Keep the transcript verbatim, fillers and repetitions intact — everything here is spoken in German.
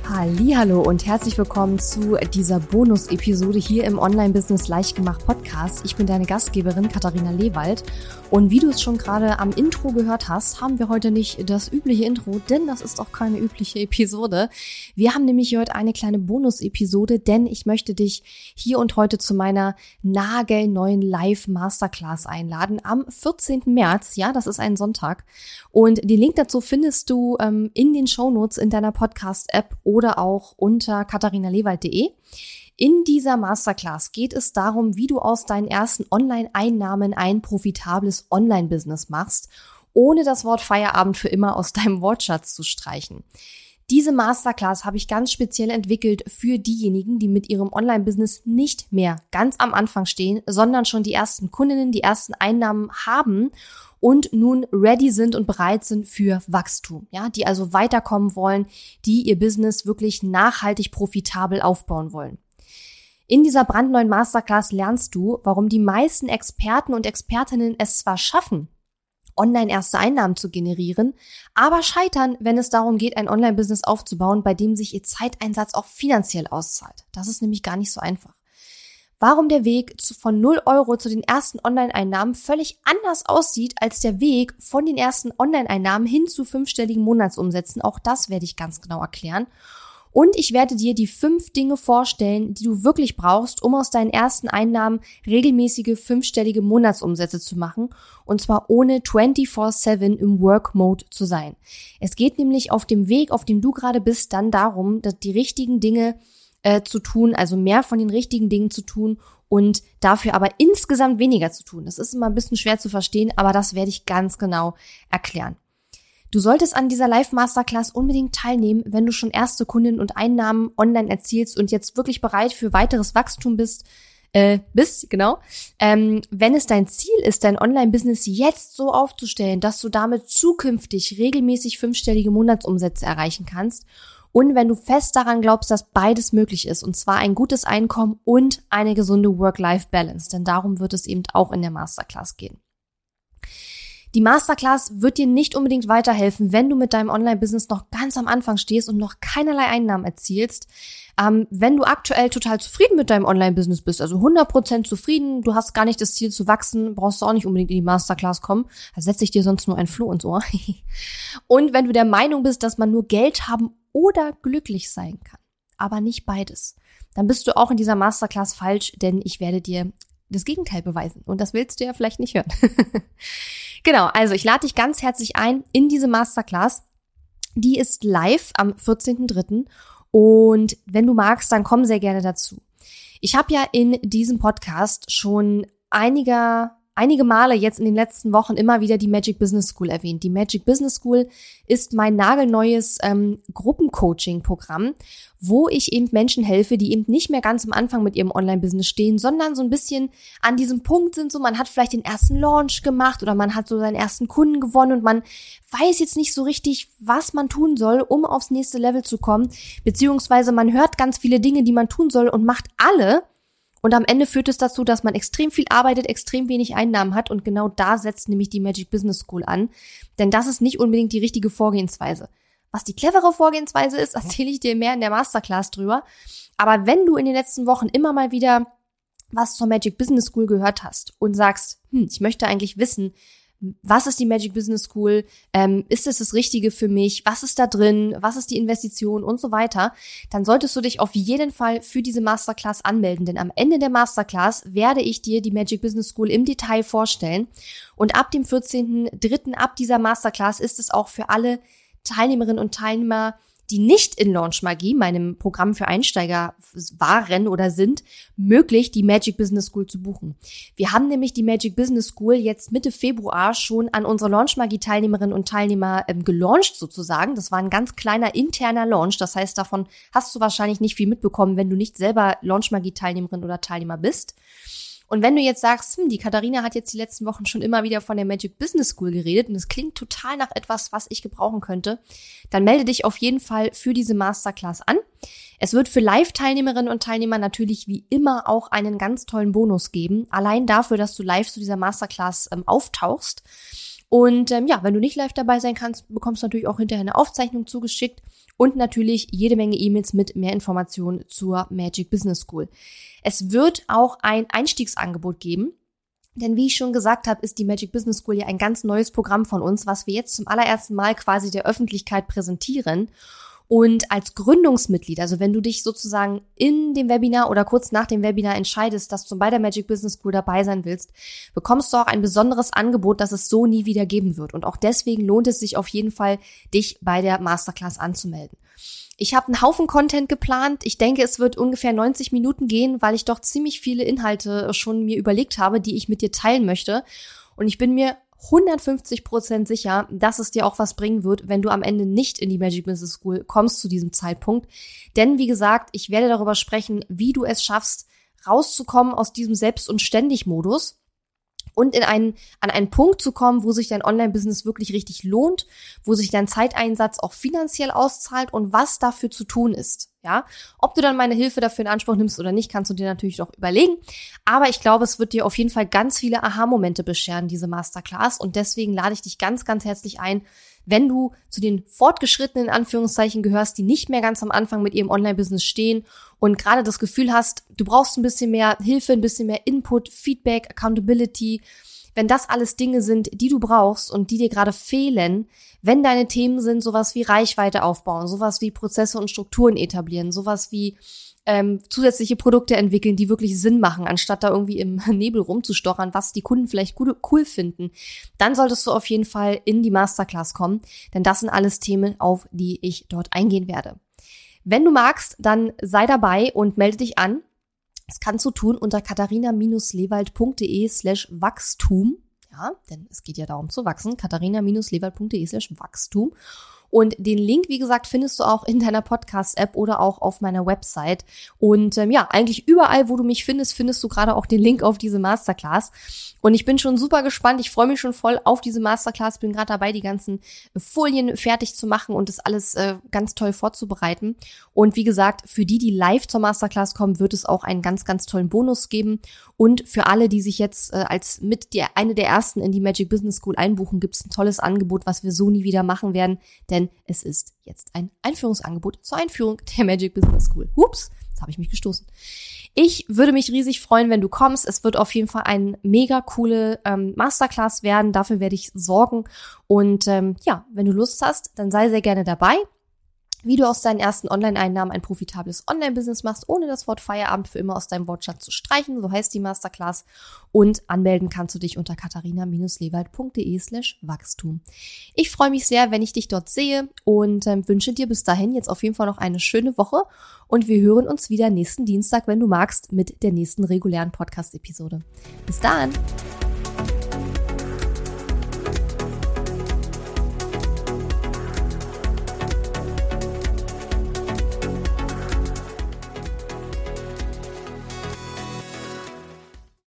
Hallihallo und herzlich willkommen zu dieser Bonus-Episode hier im Online-Business Leichtgemacht Podcast. Ich bin deine Gastgeberin Katharina Lewald und wie du es schon gerade am Intro gehört hast, haben wir heute nicht das übliche Intro, denn das ist auch keine übliche Episode. Wir haben nämlich heute eine kleine Bonus-Episode, denn ich möchte dich hier und heute zu meiner nagelneuen Live-Masterclass einladen am vierzehnten März. Ja, das ist ein Sonntag. Und den Link dazu findest du ähm, in den Shownotes in deiner Podcast-App oder auch unter katharinalewald punkt de. In dieser Masterclass geht es darum, wie du aus deinen ersten Online-Einnahmen ein profitables Online-Business machst, ohne das Wort Feierabend für immer aus deinem Wortschatz zu streichen. Diese Masterclass habe ich ganz speziell entwickelt für diejenigen, die mit ihrem Online-Business nicht mehr ganz am Anfang stehen, sondern schon die ersten Kundinnen, die ersten Einnahmen haben und nun ready sind und bereit sind für Wachstum, ja, die also weiterkommen wollen, die ihr Business wirklich nachhaltig profitabel aufbauen wollen. In dieser brandneuen Masterclass lernst du, warum die meisten Experten und Expertinnen es zwar schaffen, online erste Einnahmen zu generieren, aber scheitern, wenn es darum geht, ein Online-Business aufzubauen, bei dem sich ihr Zeiteinsatz auch finanziell auszahlt. Das ist nämlich gar nicht so einfach. Warum der Weg zu, von null Euro zu den ersten Online-Einnahmen völlig anders aussieht als der Weg von den ersten Online-Einnahmen hin zu fünfstelligen Monatsumsätzen, auch das werde ich ganz genau erklären. Und ich werde dir die fünf Dinge vorstellen, die du wirklich brauchst, um aus deinen ersten Einnahmen regelmäßige fünfstellige Monatsumsätze zu machen, und zwar ohne vierundzwanzig sieben im Work-Mode zu sein. Es geht nämlich auf dem Weg, auf dem du gerade bist, dann darum, dass die richtigen Dinge äh, zu tun, also mehr von den richtigen Dingen zu tun und dafür aber insgesamt weniger zu tun. Das ist immer ein bisschen schwer zu verstehen, aber das werde ich ganz genau erklären. Du solltest an dieser Live-Masterclass unbedingt teilnehmen, wenn du schon erste Kundinnen und Einnahmen online erzielst und jetzt wirklich bereit für weiteres Wachstum bist, äh, bist, genau. Ähm, wenn es dein Ziel ist, dein Online-Business jetzt so aufzustellen, dass du damit zukünftig regelmäßig fünfstellige Monatsumsätze erreichen kannst und wenn du fest daran glaubst, dass beides möglich ist, und zwar ein gutes Einkommen und eine gesunde Work-Life-Balance, denn darum wird es eben auch in der Masterclass gehen. Die Masterclass wird dir nicht unbedingt weiterhelfen, wenn du mit deinem Online-Business noch ganz am Anfang stehst und noch keinerlei Einnahmen erzielst. Ähm, wenn du aktuell total zufrieden mit deinem Online-Business bist, also hundert Prozent zufrieden, du hast gar nicht das Ziel zu wachsen, brauchst du auch nicht unbedingt in die Masterclass kommen. Da setze ich dir sonst nur ein Floh ins Ohr. Und wenn du der Meinung bist, dass man nur Geld haben oder glücklich sein kann, aber nicht beides, dann bist du auch in dieser Masterclass falsch, denn ich werde dir das Gegenteil beweisen. Und das willst du ja vielleicht nicht hören. Genau, also ich lade dich ganz herzlich ein in diese Masterclass. Die ist live am vierzehnten dritten und wenn du magst, dann komm sehr gerne dazu. Ich habe ja in diesem Podcast schon einiger Einige Male jetzt in den letzten Wochen immer wieder die Magic Business School erwähnt. Die Magic Business School ist mein nagelneues ähm, Gruppencoaching-Programm, wo ich eben Menschen helfe, die eben nicht mehr ganz am Anfang mit ihrem Online-Business stehen, sondern so ein bisschen an diesem Punkt sind, so man hat vielleicht den ersten Launch gemacht oder man hat so seinen ersten Kunden gewonnen und man weiß jetzt nicht so richtig, was man tun soll, um aufs nächste Level zu kommen, beziehungsweise man hört ganz viele Dinge, die man tun soll und macht alle. Und am Ende führt es dazu, dass man extrem viel arbeitet, extrem wenig Einnahmen hat und genau da setzt nämlich die Magic Business School an. Denn das ist nicht unbedingt die richtige Vorgehensweise. Was die clevere Vorgehensweise ist, erzähle ich dir mehr in der Masterclass drüber. Aber wenn du in den letzten Wochen immer mal wieder was zur Magic Business School gehört hast und sagst, hm, ich möchte eigentlich wissen, was ist die Magic Business School? Ähm, ist es das Richtige für mich? Was ist da drin? Was ist die Investition und so weiter? Dann solltest du dich auf jeden Fall für diese Masterclass anmelden, denn am Ende der Masterclass werde ich dir die Magic Business School im Detail vorstellen und ab dem vierzehnten dritten ab dieser Masterclass ist es auch für alle Teilnehmerinnen und Teilnehmer, die nicht in Launch Magie, meinem Programm für Einsteiger, waren oder sind, möglich, die Magic Business School zu buchen. Wir haben nämlich die Magic Business School jetzt Mitte Februar schon an unsere Launch Magie Teilnehmerinnen und Teilnehmer ähm, gelauncht sozusagen. Das war ein ganz kleiner interner Launch. Das heißt, davon hast du wahrscheinlich nicht viel mitbekommen, wenn du nicht selber Launch Magie Teilnehmerin oder Teilnehmer bist. Und wenn du jetzt sagst, hm, die Katharina hat jetzt die letzten Wochen schon immer wieder von der Magic Business School geredet und es klingt total nach etwas, was ich gebrauchen könnte, dann melde dich auf jeden Fall für diese Masterclass an. Es wird für Live-Teilnehmerinnen und Teilnehmer natürlich wie immer auch einen ganz tollen Bonus geben, allein dafür, dass du live zu dieser Masterclass ähm, auftauchst. Und ähm, ja, wenn du nicht live dabei sein kannst, bekommst du natürlich auch hinterher eine Aufzeichnung zugeschickt. und natürlich jede Menge E-Mails mit mehr Informationen zur Magic Business School. Es wird auch ein Einstiegsangebot geben. Denn wie ich schon gesagt habe, ist die Magic Business School ja ein ganz neues Programm von uns, was wir jetzt zum allerersten Mal quasi der Öffentlichkeit präsentieren. Und als Gründungsmitglied, also wenn du dich sozusagen in dem Webinar oder kurz nach dem Webinar entscheidest, dass du bei der Magic Business School dabei sein willst, bekommst du auch ein besonderes Angebot, das es so nie wieder geben wird. Und auch deswegen lohnt es sich auf jeden Fall, dich bei der Masterclass anzumelden. Ich habe einen Haufen Content geplant. Ich denke, es wird ungefähr neunzig Minuten gehen, weil ich doch ziemlich viele Inhalte schon mir überlegt habe, die ich mit dir teilen möchte. Und ich bin mir hundertfünfzig Prozent sicher, dass es dir auch was bringen wird, wenn du am Ende nicht in die Magic Business School kommst zu diesem Zeitpunkt. Denn wie gesagt, ich werde darüber sprechen, wie du es schaffst, rauszukommen aus diesem Selbst- und Ständig-Modus und in einen, an einen Punkt zu kommen, wo sich dein Online-Business wirklich richtig lohnt, wo sich dein Zeiteinsatz auch finanziell auszahlt und was dafür zu tun ist. Ja, ob du dann meine Hilfe dafür in Anspruch nimmst oder nicht, kannst du dir natürlich noch überlegen. Aber ich glaube, es wird dir auf jeden Fall ganz viele Aha-Momente bescheren, diese Masterclass. Und deswegen lade ich dich ganz, ganz herzlich ein, wenn du zu den Fortgeschrittenen in Anführungszeichen gehörst, die nicht mehr ganz am Anfang mit ihrem Online-Business stehen und gerade das Gefühl hast, du brauchst ein bisschen mehr Hilfe, ein bisschen mehr Input, Feedback, Accountability. Wenn das alles Dinge sind, die du brauchst und die dir gerade fehlen, wenn deine Themen sind, sowas wie Reichweite aufbauen, sowas wie Prozesse und Strukturen etablieren, sowas wie ähm, zusätzliche Produkte entwickeln, die wirklich Sinn machen, anstatt da irgendwie im Nebel rumzustochern, was die Kunden vielleicht gut, cool finden, dann solltest du auf jeden Fall in die Masterclass kommen, denn das sind alles Themen, auf die ich dort eingehen werde. Wenn du magst, dann sei dabei und melde dich an. Das kannst du tun unter katharina-lewald.de slash Wachstum. Ja, denn es geht ja darum zu wachsen. katharina-lewald.de slash Wachstum. Und den Link, wie gesagt, findest du auch in deiner Podcast-App oder auch auf meiner Website. Und ähm, ja, eigentlich überall, wo du mich findest, findest du gerade auch den Link auf diese Masterclass. Und ich bin schon super gespannt. Ich freue mich schon voll auf diese Masterclass. Bin gerade dabei, die ganzen Folien fertig zu machen und das alles äh, ganz toll vorzubereiten. Und wie gesagt, für die, die live zur Masterclass kommen, wird es auch einen ganz, ganz tollen Bonus geben. Und für alle, die sich jetzt äh, als mit der eine der ersten in die Magic Business School einbuchen, gibt es ein tolles Angebot, was wir so nie wieder machen werden. Denn es ist jetzt ein Einführungsangebot zur Einführung der Magic Business School. Ups, jetzt habe ich mich gestoßen. Ich würde mich riesig freuen, wenn du kommst. Es wird auf jeden Fall eine mega coole ähm, Masterclass werden. Dafür werde ich sorgen. Und ähm, ja, wenn du Lust hast, dann sei sehr gerne dabei. Wie du aus deinen ersten Online-Einnahmen ein profitables Online-Business machst, ohne das Wort Feierabend für immer aus deinem Wortschatz zu streichen. So heißt die Masterclass. Und anmelden kannst du dich unter katharina-lewald.de slash Wachstum. Ich freue mich sehr, wenn ich dich dort sehe und äh, wünsche dir bis dahin jetzt auf jeden Fall noch eine schöne Woche. Und wir hören uns wieder nächsten Dienstag, wenn du magst, mit der nächsten regulären Podcast-Episode. Bis dann!